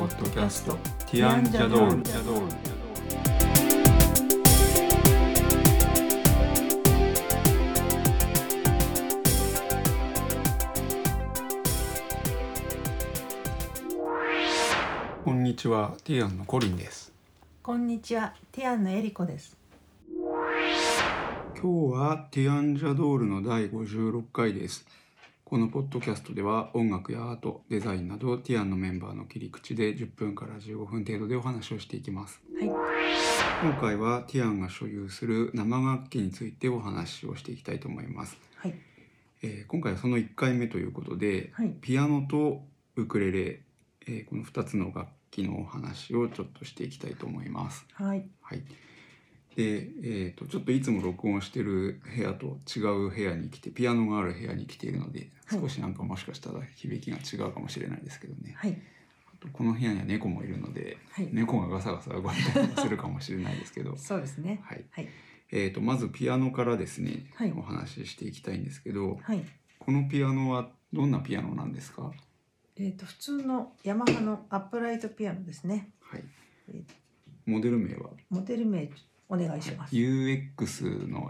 ポッドキャストティアンジャドール。こんにちは、ティアンのコリンです。 こんにちは、ティアンのエリコです。 今日はティアンジャドールの第56回です。このポッドキャストでは音楽やアート、デザインなどティアンのメンバーの切り口で10分から15分程度でお話をしていきます。 はい、 今回はティアンが所有する生楽器についてお話をしていきたいと思います。 はい、 今回はその1回目ということで、 はい、 ピアノとウクレレ、この2つの楽器のお話をちょっとしていきたいと思います。 はい、 はい。で、ちょっといつも録音してる部屋と違う部屋に来て、ピアノがある部屋に来ているので、 はい、 少しなんかもしかしたら響きが違うかもしれないですけどね。 はい、 あとこの部屋には猫もいるので、 はい、 猫がガサガサ動いたりするかもしれないですけどそうですね。 はい。 はい、 まずピアノからですね、 はい、 お話ししていきたいんですけど、 はい、 このピアノはどんなピアノなんですか？ 普通のヤマハのアップライトピアノですね。 はい。モデル名はモデル名お願いします。 UX の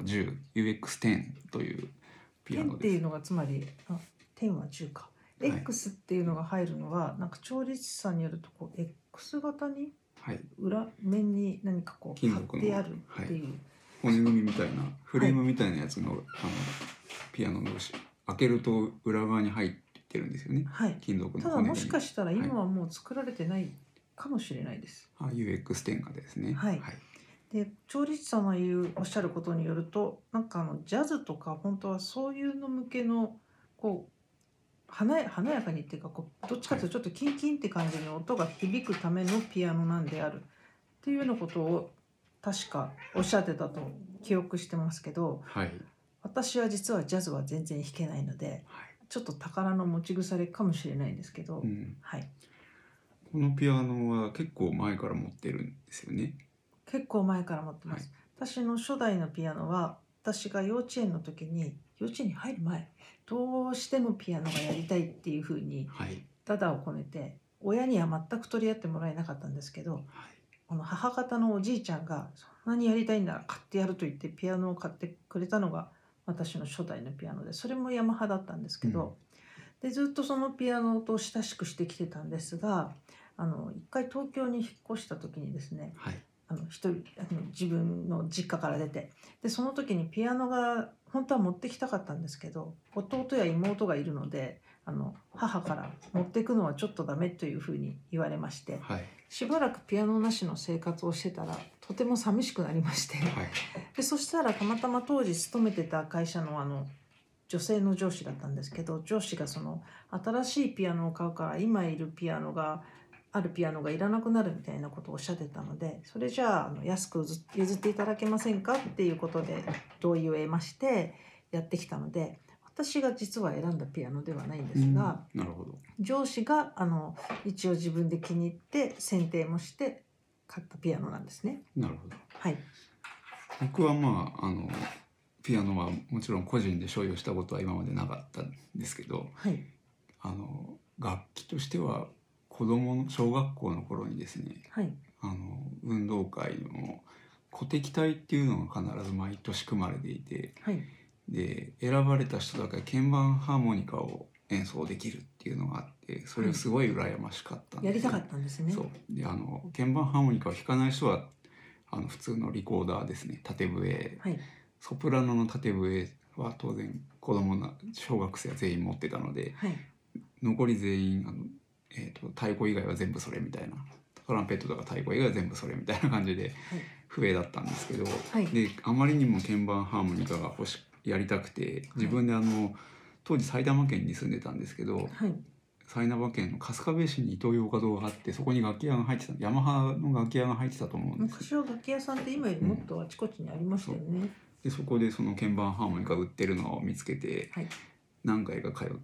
10、UX10 というピアノです。 10っていうのがつまり、10は10か。 はい、 X っていうのが入るのは、なんか調律師さんによるとこう X 型に、 はい、 裏面に何かこう貼ってあるっていう、 骨組みみたいなフレームみたいなやつの、ピアノの開けると裏側に入ってるんですよね。 はい、 金属の骨組み。 ただもしかしたら今はもう作られてないかもしれないです。 UX10 がですね。 はい。で調律師さんがおっしゃることによると、なんかジャズとか本当はそういうの向けのこう華やかにっていうかこうどっちかというとちょっとキンキンって感じの音が響くためのピアノなんであるっていうようなことを確かおっしゃってたと記憶してますけど、 はい、 私は実はジャズは全然弾けないので、はい、ちょっと宝の持ち腐れかもしれないんですけど、はい、 このピアノは結構前から持ってるんですよね。 結構前から持ってます。はい、私の初代のピアノは私が幼稚園の時に、幼稚園に入る前どうしてもピアノがやりたいっていうふうにダダをこねて、親には全く取り合ってもらえなかったんですけど、はい、母方のおじいちゃんがそんなにやりたいんなら買ってやると言ってピアノを買ってくれたのが私の初代のピアノで、それもヤマハだったんですけど、でずっとそのピアノと親しくしてきてたんですが、一回東京に引っ越した時にですね、 はい、 一人自分の実家から出て、でその時にピアノが本当は持ってきたかったんですけど、弟や妹がいるので母から持っていくのはちょっとダメというふうに言われまして、はい、しばらくピアノなしの生活をしてたらとても寂しくなりまして、はい、でそしたらたまたま当時勤めてた会社の女性の上司だったんですけど、上司が新しいピアノを買うから今いるピアノがいらなくなるみたいなことをおっしゃってたので、それじゃあ安く譲っていただけませんかっていうことで同意を得ましてやってきたので、私が実は選んだピアノではないんですが、 なるほど、 上司が一応自分で気に入って選定もして買ったピアノなんですね。 なるほど。 はい。 僕はピアノはもちろん個人で所有したことは今までなかったんですけど、はい、楽器としては子供の小学校の頃にですね、はい、運動会の鼓笛隊っていうのが必ず毎年組まれていて、はい、で選ばれた人だけ鍵盤ハーモニカを演奏できるっていうのがあって、それをすごい羨ましかったんです、 やりたかったんですね。 そうで鍵盤ハーモニカを弾かない人は普通のリコーダーですね、縦笛、はい、ソプラノの縦笛は当然子供の小学生は全員持ってたので、はい、残り全員太鼓以外は全部それみたいな、トランペットとか太鼓以外は全部それみたいな感じで笛だったんですけど、はい、であまりにも鍵盤ハーモニカがやりたくて、自分で当時埼玉県に住んでたんですけど、はい、埼玉県の春日部市にイトーヨーカドーがあって、そこに楽器屋が入ってた、ヤマハの楽器屋が入ってたと思うんです。 昔は楽器屋さんって今よりもっとあちこちにありましたよね。 でそこでその鍵盤ハーモニカ売ってるのを見つけて、はい、何回か通って、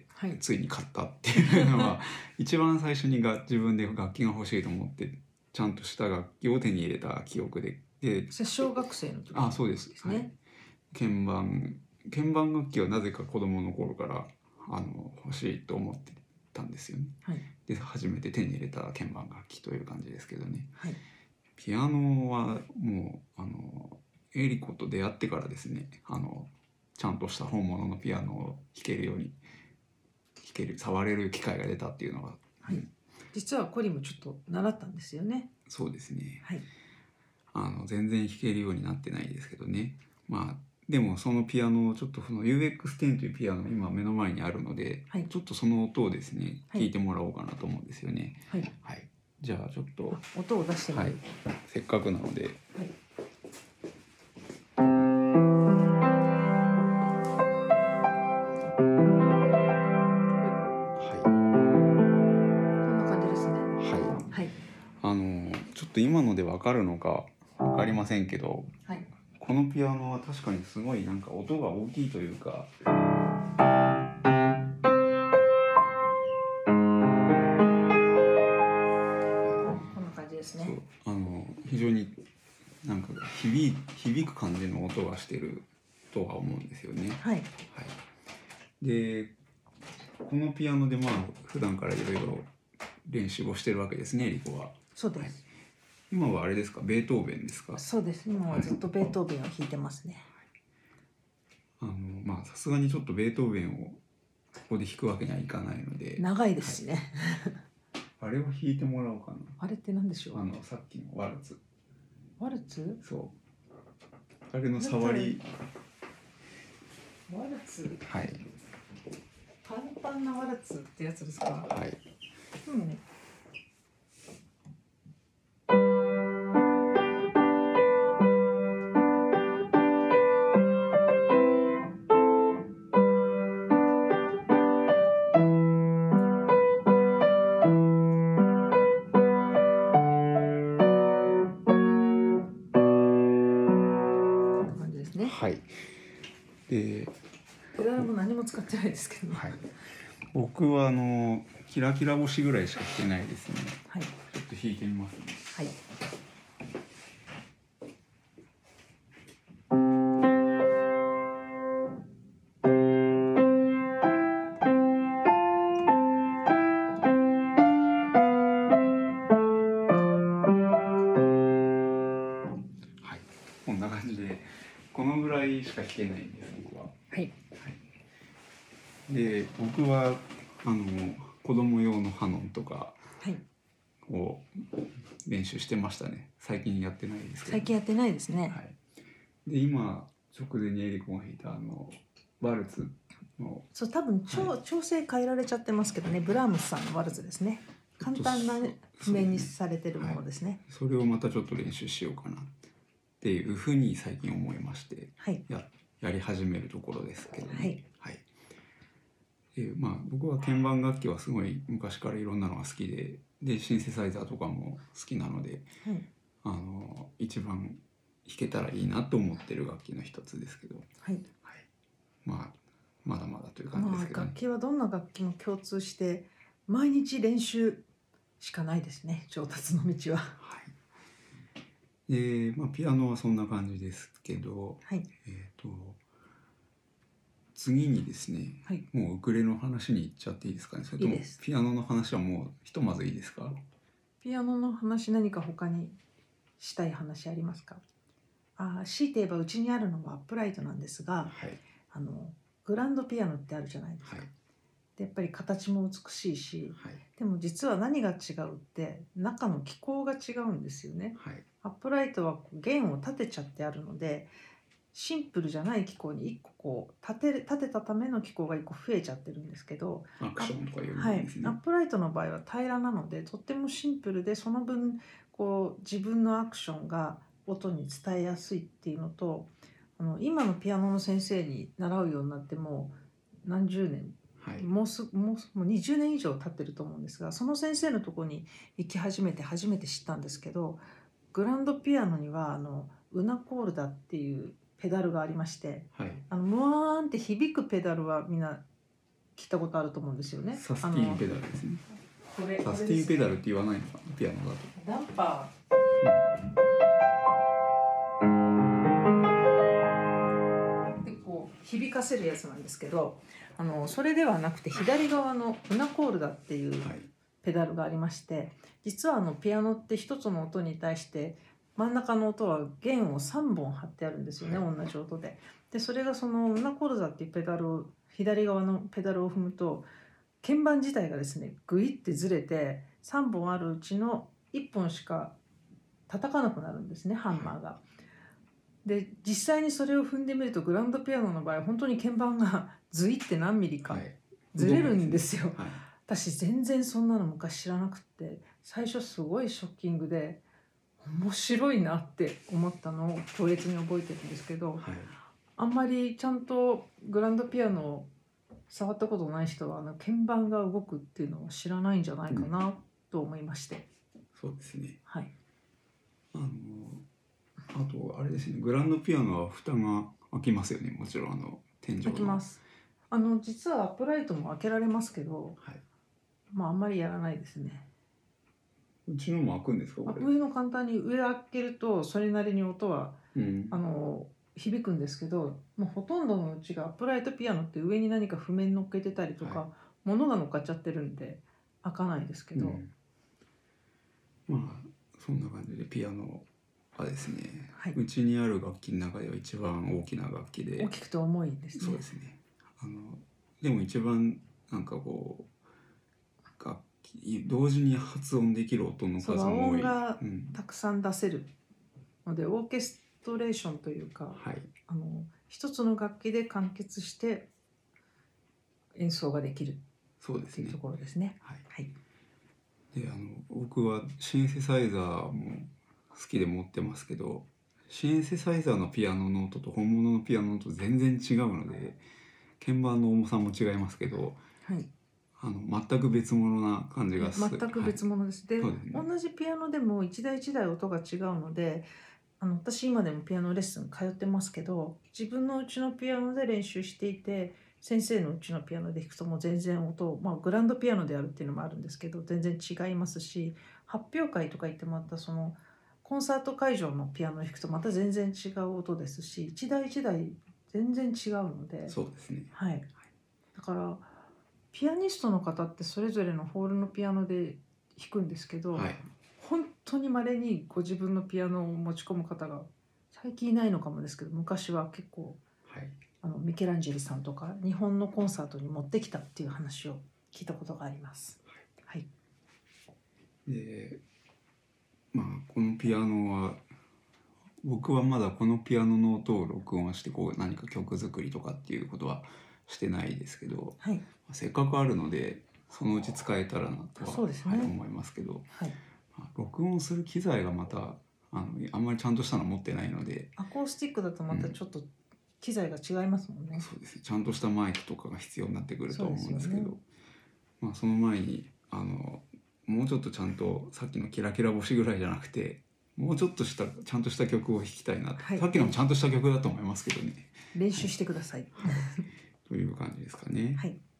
はい、ついに買ったっていうのは一番最初に自分で楽器が欲しいと思ってちゃんとした楽器を手に入れた記憶で、 小学生の時ですね。 そうですね、はい、鍵盤楽器はなぜか子供の頃から欲しいと思ってたんですよね。はい、 で初めて手に入れた鍵盤楽器という感じですけどね。 はい、 ピアノはもうエリコと出会ってからですね、ちゃんとした本物のピアノを弾けるように触れる機会が出たっていうのが、 はい、実はコリもちょっと習ったんですよね。 そうですね、 はい、 全然弾けるようになってないですけどね。まあでもそのピアノをちょっとその UX10 というピアノが今目の前にあるので、 はい、 ちょっとその音をですね、 はい、 聞いてもらおうかなと思うんですよね。 はい、 はい、じゃあちょっと音を出してみる、 はい、せっかくなので、はい、ちょっと今ので分かるのか分かりませんけど、はい、このピアノは確かにすごいなんか音が大きいというか、こんな感じですね。 そう、非常になんか響く感じの音がしてるとは思うんですよね。 はい、はい、 でこのピアノでまあ普段からいろいろ練習をしてるわけですね、リコは。 そうです、はい、 今はあれですか、ベートーベンですか？ そうです、今はずっとベートーベンを弾いてますね。 はい、まあさすがにちょっとベートーベンをここで弾くわけにはいかないので、 長いですしね、 はい、あれを弾いてもらおうかな。 あれって何でしょう？ さっきのワルツ。 ワルツ？ そう。あれの触り。 ワルツ？ はい。 パンパンなワルツってやつですか？ はい。 うん。 はい。 ペダルも何も使ってないですけど、ね、 はい。僕はキラキラ星ぐらいしか弾けないですね。 はい。ちょっと弾いてみますね。 はい。 こんな感じでこのぐらいしか弾けないんです僕は。 はい。はい、 で僕は子供用のハノンとかを練習してましたね。最近やってないですけど。 最近やってないですね。 はい、で今直前にエリコが弾いたワルツの、 そう多分調整変えられちゃってますけどね、ブラームスさんのワルツですね。簡単な譜面にされてるものですね。 それをまたちょっと練習しようかなっていうふうに最近思いまして、 はい、 やり始めるところですけどね。 はいはい、まあ僕は鍵盤楽器はすごい昔からいろんなのが好きでシンセサイザーとかも好きなので、はい、一番弾けたらいいなと思ってる楽器の一つですけど、 はいはい、まだまだという感じですけどね。 楽器はどんな楽器も共通して毎日練習しかないですね、上達の道は。 はい、でピアノはそんな感じですけど、 はい、 次にですね、はい、もうウクレレの話に行っちゃっていいですかね。それともピアノの話はもうひとまずいいですか？ ピアノの話何か他にしたい話ありますか？強いて言えばうちにあるのはアップライトなんですが、はい、グランドピアノってあるじゃないですか。はい、でやっぱり形も美しいし、はい、でも実は何が違うって中の機構が違うんですよね。はい、アップライトは弦を立てちゃってあるのでシンプルじゃない機構に1個こう立てたための機構が1個増えちゃってるんですけど、 アクションとかいうのですね。はい、アップライトの場合は平らなのでとってもシンプルで、その分こう自分のアクションが音に伝えやすいっていうのと、今のピアノの先生に習うようになってもう何十年、はい、もう20年以上経ってると思うんですが、その先生のところに行き始めて初めて知ったんですけど、グランドピアノにはウナコールダっていうペダルがありまして、はい、ムワーンって響くペダルはみんな聞いたことあると思うんですよね。 サスティーンペダルですね。サスティーンペダルって言わないのかな、ピアノだと。 ダンパー、でこう響かせるやつなんですけど、それではなくて左側のウナコールダっていうペダルがありまして、実はピアノって一つの音に対して真ん中の音は弦を3本貼ってあるんですよね、同じ音で。でそれがそのウナコルザっていうペダルを、左側のペダルを踏むと鍵盤自体がですねグイってずれて3本あるうちの1本しか叩かなくなるんですね、ハンマーが。で実際にそれを踏んでみるとグランドピアノの場合本当に鍵盤がズイって何ミリかずれるんですよ。私全然そんなの昔知らなくて、最初すごいショッキングで面白いなって思ったのを強烈に覚えてるんですけど、あんまりちゃんとグランドピアノを触ったことない人は鍵盤が動くっていうのを知らないんじゃないかなと思いまして、 そうですね。 はい。 あとあれですね、グランドピアノは蓋が開きますよね、もちろん天井の。 開きます。実はアップライトも開けられますけど、まああんまりやらないですね。 うちのも開くんですか、これ。 上の簡単に上開けるとそれなりに音は、響くんですけど、もうほとんどのうちがアップライトピアノって上に何か譜面乗っけてたりとか、物が乗っかっちゃってるんで開かないですけど、 まあそんな感じでピアノはですね、うちにある楽器の中では一番大きな楽器で、 大きくて重いですね。 そうですね。でも一番なんかこう楽器同時に発音できる音の数も多い。 和音がたくさん出せるので、オーケストレーションというか、一つの楽器で完結して演奏ができるっていうところですね。 で僕はシンセサイザーも好きで持ってますけど、シンセサイザーのピアノの音と本物のピアノの音全然違うので、鍵盤の重さも違いますけど、全く別物な感じがする。 全く別物です。で、同じピアノでも一台一台音が違うので、私今でもピアノレッスン通ってますけど、自分のうちのピアノで練習していて、先生のうちのピアノで弾くともう全然音、グランドピアノであるっていうのもあるんですけど全然違いますし、発表会とか行ってまたそのコンサート会場のピアノを弾くとまた全然違う音ですし、一台一台全然違うので。 そうですね。 だからピアニストの方ってそれぞれのホールのピアノで弾くんですけど、本当に稀にご自分のピアノを持ち込む方が最近いないのかもですけど、昔は結構、ミケランジェリさんとか日本のコンサートに持ってきたっていう話を聞いたことがあります。 で、このピアノは僕はまだこのピアノの音を録音して何か曲作りとかっていうことはしてないですけど、せっかくあるのでそのうち使えたらなとは、思いますけど、録音する機材がまたあんまりちゃんとしたの持ってないので、 アコースティックだとまたちょっと機材が違いますもんね。 そうですね、ちゃんとしたマイクとかが必要になってくると思うんですけど、その前にもうちょっとちゃんとさっきのキラキラ星ぐらいじゃなくて、もうちょっとしたちゃんとした曲を弾きたいな、さっきのもちゃんとした曲だと思いますけどね。 練習してください、 という感じですかね。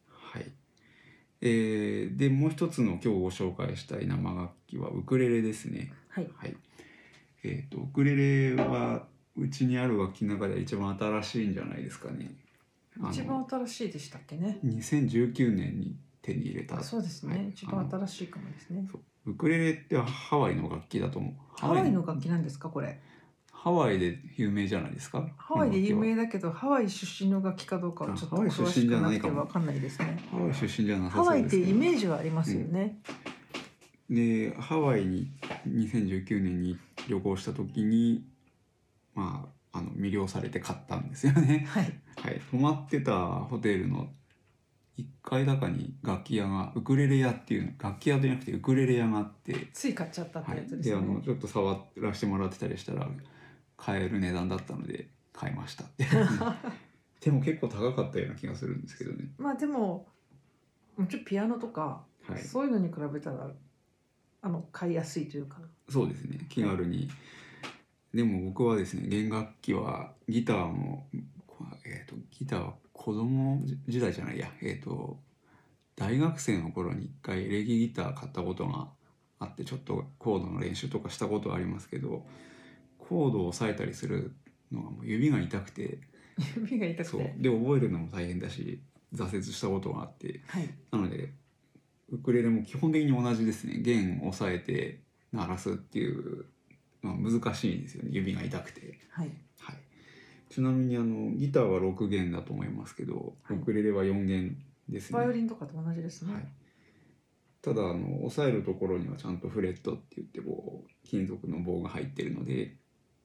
でもう一つの今日ご紹介したい生楽器はウクレレですね。ウクレレはうちにある楽器の中で一番新しいんじゃないですかね。 一番新しいでしたっけね。 2019年に手に入れた。 そうですね、一番新しいかもですね。 ウクレレってハワイの楽器だと思う。 ハワイの楽器なんですか、これ。 ハワイで有名じゃないですか。 ハワイで有名だけど、ハワイ出身の楽器かどうかはちょっと詳しくなくて分かんないですね。 ハワイ出身じゃなさハワイそうですけど。 ってイメージはありますよね。 でハワイに2019年に旅行した時に魅了されて買ったんですよね。泊まってたホテルの1階高に楽器屋が、ウクレレ屋っていう楽器屋じゃなくてウクレレ屋があって、 つい買っちゃったってやつですね。 でちょっと触らせてもらってたりしたら買える値段だったので買いましたでも結構高かったような気がするんですけどね。 でももちろんピアノとか、そういうのに比べたら買いやすいというか。 そうですね、気軽に。でも僕はですね、弦楽器はギターも、ギターは子供時代じゃないや、大学生の頃に一回エレキギター買ったことがあって、ちょっとコードの練習とかしたことはありますけど、コードを押さえたりするのがもう指が痛くてそうで覚えるのも大変だし挫折したことがあって、なのでウクレレも基本的に同じですね。弦を押さえて鳴らすっていう、難しいんですよね、指が痛くて。 はいはい、ちなみにギターは6弦だと思いますけど、ウクレレは4弦ですね。 バイオリンとかと同じですね。 はい、ただ押さえるところにはちゃんとフレットって言って金属の棒が入ってるので、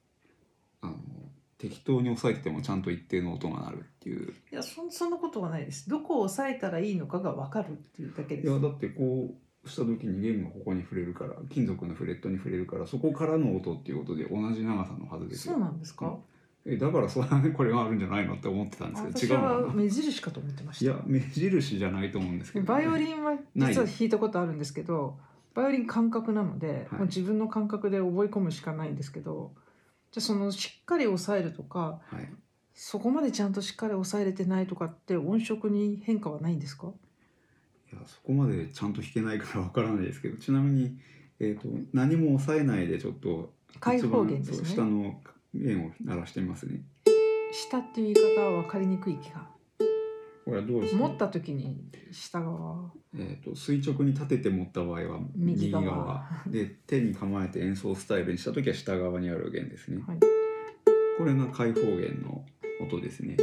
適当に押さえててもちゃんと一定の音が鳴るっていう。 いや、そんなことはないです。どこを押さえたらいいのかが分かるっていうだけです。 いや、だってこうした時に弦がここに触れるから、金属のフレットに触れるから、そこからの音っていうことで同じ長さのはずですよ。 そうなんですか？ だからこれがあるんじゃないのって思ってたんですけど、違うのかな。 私は目印かと思ってました。 いや、目印じゃないと思うんですけど、 バイオリンは実は弾いたことあるんですけど、バイオリン感覚なので、もう自分の感覚で覚え込むしかないんですけど、じゃあしっかり押さえるとか、そこまでちゃんとしっかり押さえれてないとかって音色に変化はないんですか？ いや、そこまでちゃんと弾けないからわからないですけど、ちなみに、何も押さえないでちょっと開放弦ですね。 下の弦を鳴らしてみますね。 下っていう言い方は分かりにくい気が。 これはどうですか？ 持った時に下側、 垂直に立てて持った場合は右側で、手に構えて演奏スタイルにした時は下側にある弦ですね。これが開放弦の音ですね。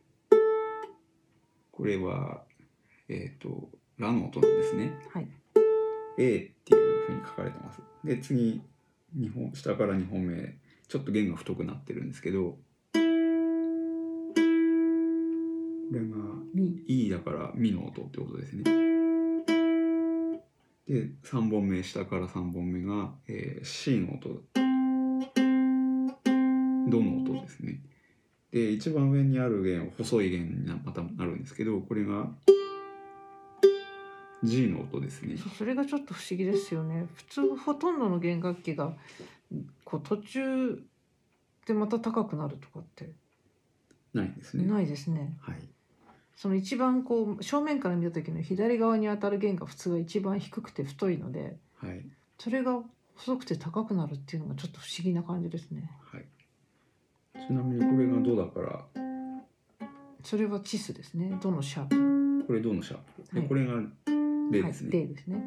これはラの音なんですね。A っていうふうに書かれてます。で、次下から2本目、ちょっと弦が太くなってるんですけど、これが E だからミの音ってことですね。で、3本目、下から3本目が、C の音、ドの音ですね。で、一番上にある弦は細い弦にまたなるんですけど、これが G の音ですね。 それがちょっと不思議ですよね。普通ほとんどの弦楽器が途中でまた高くなるとかってないですね。 ないですね。 はい。 その一番正面から見た時の左側に当たる弦が普通は一番低くて太いので、それが細くて高くなるっていうのがちょっと不思議な感じですね。 ちなみにこれがドだから、 それはチスですね。ドのシャープ。 これドのシャープ。で、これがレですね。 レですね。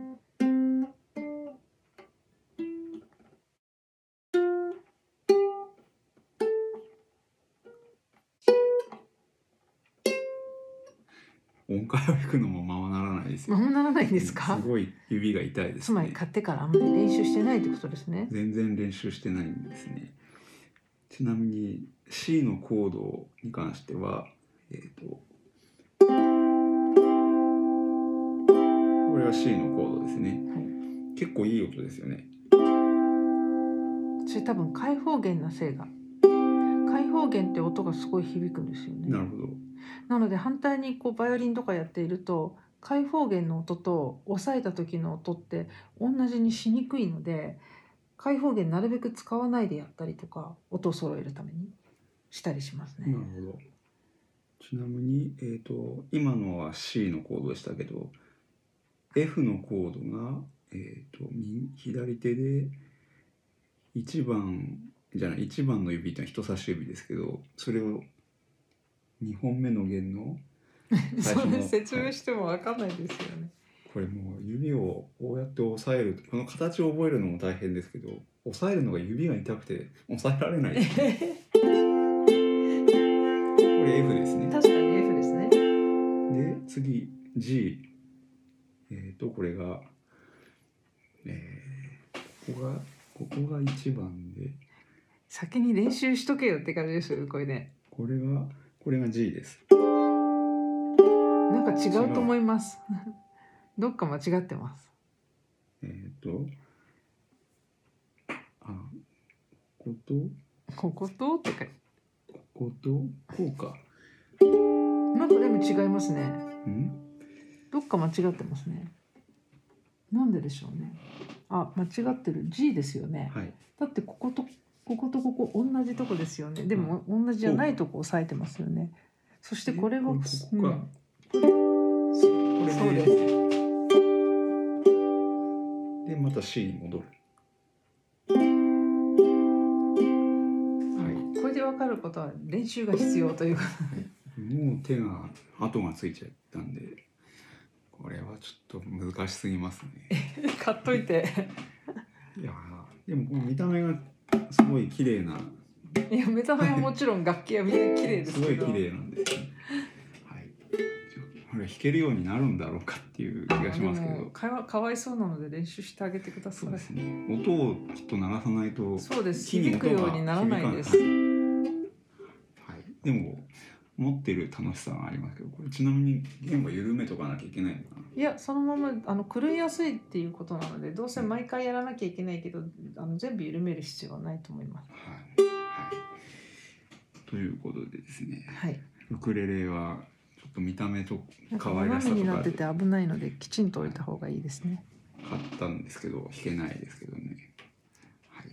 音階を弾くのもままならないですよ。 ままならないんですか？ すごい指が痛いですね。 つまり買ってからあんまり練習してないってことですね。 全然練習してないんですね。ちなみに C のコードに関しては、これは C のコードですね。結構いい音ですよね。 それ多分開放弦のせいが。開放弦って音がすごい響くんですよね。 なるほど。 なので反対にバイオリンとかやっていると開放弦の音と押さえた時の音って同じにしにくいので、開放弦なるべく使わないでやったりとか、音を揃えるためにしたりしますね。 なるほど。ちなみに、今のは C のコードでしたけど、F のコードが、左手で1番の指ってのは人差し指ですけど、それを2本目の弦の最初の説明しても分かんないですよね。 これもう指をこうやって押さえる、この形を覚えるのも大変ですけど、押さえるのが指が痛くて押さえられないですね。これ F ですね。 確かに F ですね。 で、次 G。これが、ここが1番で。 先に練習しとけよって感じですよ、これね。 これが G です。 なんか違うと思います。どっか間違ってます。こことって書いて。 こことこうか。 なんかでも違いますね。どっか間違ってますね。なんででしょうね。間違ってる。G ですよね。だってこことこことここ同じとこですよね。でも同じじゃないとこ押さえてますよね。そしてこれはここか。そうです。 でまた C に戻る。 これで分かることは練習が必要というか。 もう手が跡がついちゃったんで、 これはちょっと難しすぎますね。 買っといて。 いやでもこの見た目がすごい綺麗な。 いや見た目はもちろん楽器はみんな綺麗ですけど。 すごい綺麗なんですね。はい。これ弾けるようになるんだろうかっていう気がしますけど。 かわいそうなので練習してあげてください。 そうですね。音をきっと鳴らさないと。 そうです。響くようにならないです。 はい。でも持ってる楽しさがありますけど、これちなみに弦は緩めとかなきゃいけないのかな。 いやそのまま狂いやすいっていうことなので、どうせ毎回やらなきゃいけないけど、全部緩める必要はないと思います。 はいはい。ということでですね。 はい。 ウクレレはちょっと見た目と可愛らしさとかになってて危ないのできちんと置いた方がいいですね。 買ったんですけど弾けないですけどね。はい。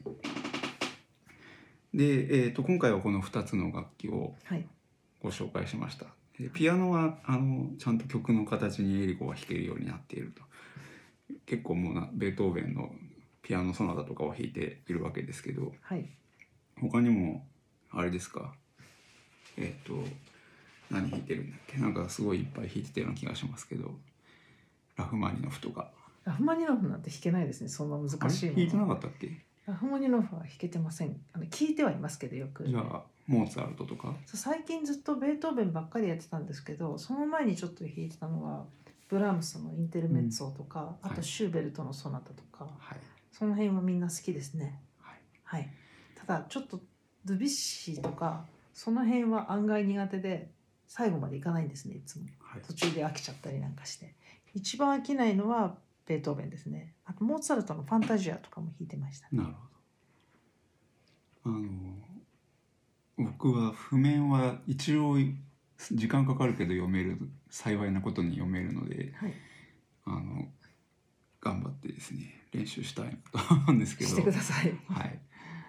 で、今回はこの2つの楽器をご紹介しました。ピアノはちゃんと曲の形にエリコが弾けるようになっていると。結構もうベートーベンのピアノソナタとかを弾いているわけですけど、 はい、 他にもあれですか、何弾いてるんだっけ、なんかすごいいっぱい弾いてたような気がしますけど、ラフマニノフとか。 ラフマニノフなんて弾けないですね。そんな難しいもの。 弾いてなかったっけ？ ラフマニノフは弾けてません。聞いてはいますけどよく。 じゃあモーツァルトとか？ 最近ずっとベートーベンばっかりやってたんですけど、その前にちょっと弾いてたのはブラームスのインテルメッツォとか、あとシューベルトのソナタとか、はい、その辺はみんな好きですね。はい、はい、ただちょっとドゥビュッシーとかその辺は案外苦手で最後までいかないんですね。いつも、はい、途中で飽きちゃったりなんかして。一番飽きないのはベートーベンですね。あとモーツァルトのファンタジアとかも弾いてました、ね。 なるほど。僕は譜面は一応時間かかるけど読める、幸いなことに読めるので、はい、頑張ってですね練習したいなと思うんですけど。 してください。 はい。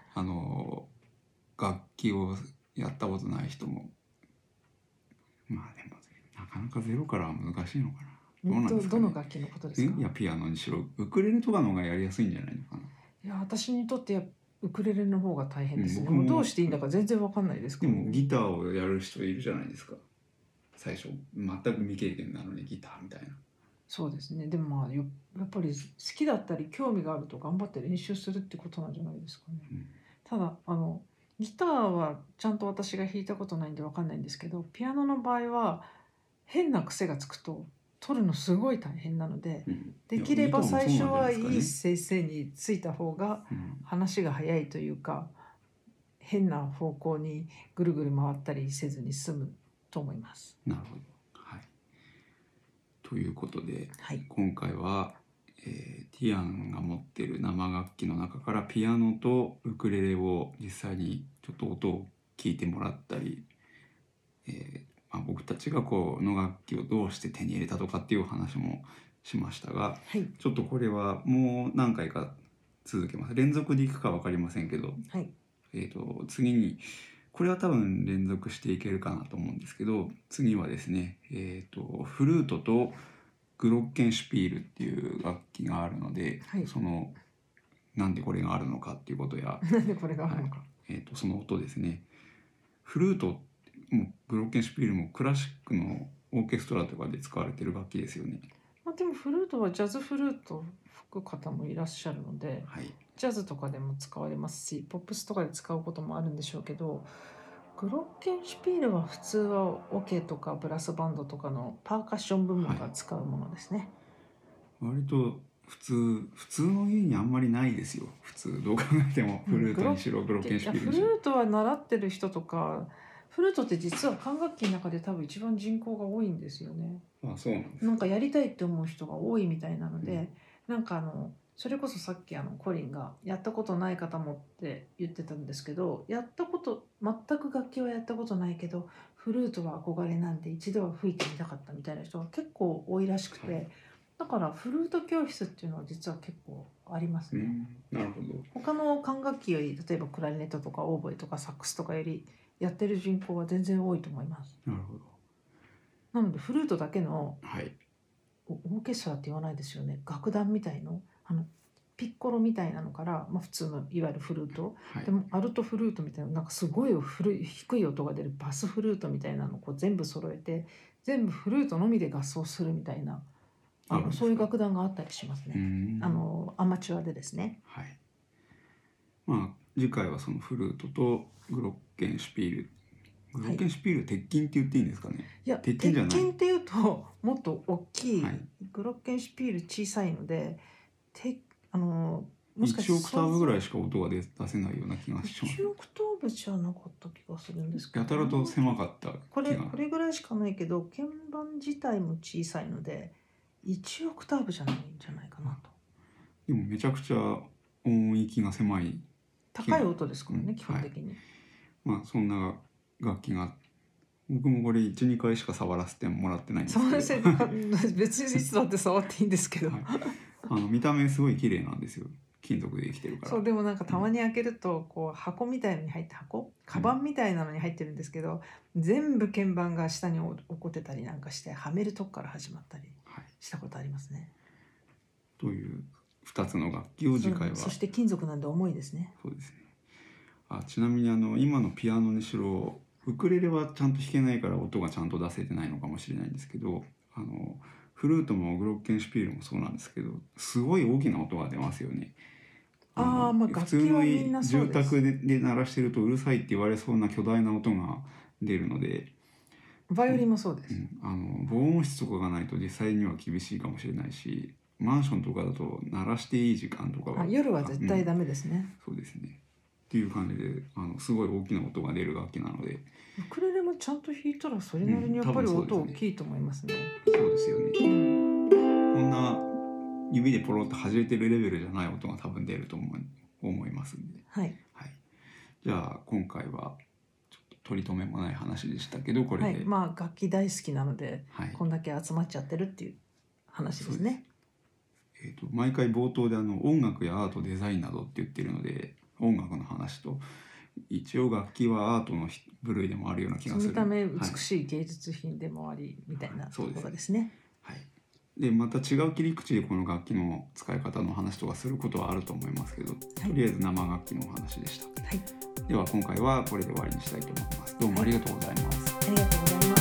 楽器をやったことない人もまあでもなかなかゼロからは難しいのかな。どうなんですかね。 どの楽器のことですか？ いやピアノにしろウクレレとかの方がやりやすいんじゃないのかな。 いや私にとってウクレレの方が大変ですね。もうどうしていいんだか全然わかんないですけど。 でもギターをやる人いるじゃないですか。最初全く未経験なのにギターみたいな。 そうですね。でもやっぱり好きだったり興味があると頑張って練習するってことなんじゃないですかね。ただギターはちゃんと私が弾いたことないんでわかんないんですけど、ピアノの場合は変な癖がつくと取るのすごい大変なので、できれば最初はいい先生についた方が話が早いというか、変な方向にぐるぐる回ったりせずに済むと思います。 なるほど。はい。ということで、はい、今回は、ティアンが持っている生楽器の中からピアノとウクレレを実際にちょっと音を聞いてもらったり、僕たちがこの楽器をどうして手に入れたとかっていう話もしましたが、はい、ちょっとこれはもう何回か続けます。連続でいくか分かりませんけど、はい、次にこれは多分連続していけるかなと思うんですけど、次はですね、フルートとグロッケンシュピールっていう楽器があるので、はい、なんでこれがあるのかっていうことやなんでこれがあるのか、 はい、その音ですね。フルートもグロッケンシュピールもクラシックのオーケストラとかで使われてる楽器ですよね。 でもフルートはジャズフルート吹く方もいらっしゃるので、はい、ジャズとかでも使われますし、ポップスとかで使うこともあるんでしょうけど、グロッケンシュピールは普通はオケとかブラスバンドとかのパーカッション部門が使うものですね。 はい、割と普通の家にあんまりないですよ。普通どう考えてもフルートにしろグロッケンシュピールにしろ。 フルートは習ってる人とか、フルートって実は管楽器の中で多分一番人口が多いんですよね。 あ、そうなんです。 なんかやりたいって思う人が多いみたいなので、なんかそれこそさっきコリンがやったことない方もって言ってたんですけど、全く楽器はやったことないけどフルートは憧れなんで一度は吹いてみたかったみたいな人が結構多いらしくて、はい、だからフルート教室っていうのは実は結構ありますね。 なるほど。 他の管楽器より例えばクラリネットとかオーボエとかサックスとかよりやってる人口は全然多いと思います。 なるほど。 なのでフルートだけの、はい、オーケストラって言わないですよね。楽団みたいのピッコロみたいなのから、普通のいわゆるフルート、はい、でもアルトフルートみたいな、なんかすごい低い音が出るバスフルートみたいなのをこう全部揃えて全部フルートのみで合奏するみたいなそういう楽団があったりしますね。アマチュアでですね。 はい。まあ次回はそのフルートとグロッケンシュピール。グロッケンシュピール、鉄筋って言っていいんですかね。 いや、鉄筋っていうともっと大きい、グロッケンシュピール小さいので、 もしかして1オクターブぐらいしか音が出せないような気がします。 1オクターブじゃなかった気がするんですけど、 やたらと狭かったこれぐらいしかないけど、鍵盤自体も小さいので1オクターブじゃないんじゃないかなと。 でもめちゃくちゃ音域が狭い、 高い音ですからね、基本的に。 まあそんな楽器が、僕もこれ 1,2 回しか触らせてもらってないんですけど、 別にいつだって触っていいんですけど、 見た目すごい綺麗なんですよ。金属でできてるから。 そう、でもなんかたまに開けるとこう箱みたいのに入ってカバンみたいなのに入ってるんですけど、全部鍵盤が下に落っこってたりなんかして、はめるとこから始まったりしたことありますね。 という2つの楽器を次回は。 そして金属なんで重いですね。 そうですね。ちなみに今のピアノにしろウクレレはちゃんと弾けないから音がちゃんと出せてないのかもしれないんですけど、フルートもグロッケンシュピールもそうなんですけど、すごい大きな音が出ますよね。普通の住宅で鳴らしてるとうるさいって言われそうな巨大な音が出るので、 バイオリンもそうです。 防音室とかがないと実際には厳しいかもしれないし、マンションとかだと鳴らしていい時間とかは夜は絶対ダメですね。 そうですね。っていう感じですごい大きな音が出る楽器なので、 ウクレレもちゃんと弾いたらそれなりにやっぱり音大きいと思いますね。 そうですよね。こんな指でポロッと弾いてるレベルじゃない音が多分出ると思いますんで、 はい、 じゃあ今回はちょっと取り留めもない話でしたけど、これで、 まあ楽器大好きなので、こんだけ集まっちゃってるっていう話ですね。 毎回冒頭で音楽やアート、デザインなどって言ってるので、音楽の話と一応楽器はアートの部類でもあるような気がする。 見た目美しい芸術品でもあり、みたいなところですね。 でまた違う切り口でこの楽器の使い方の話とかすることはあると思いますけど、とりあえず生楽器のお話でした。では今回はこれで終わりにしたいと思います。どうもありがとうございます。 ありがとうございます。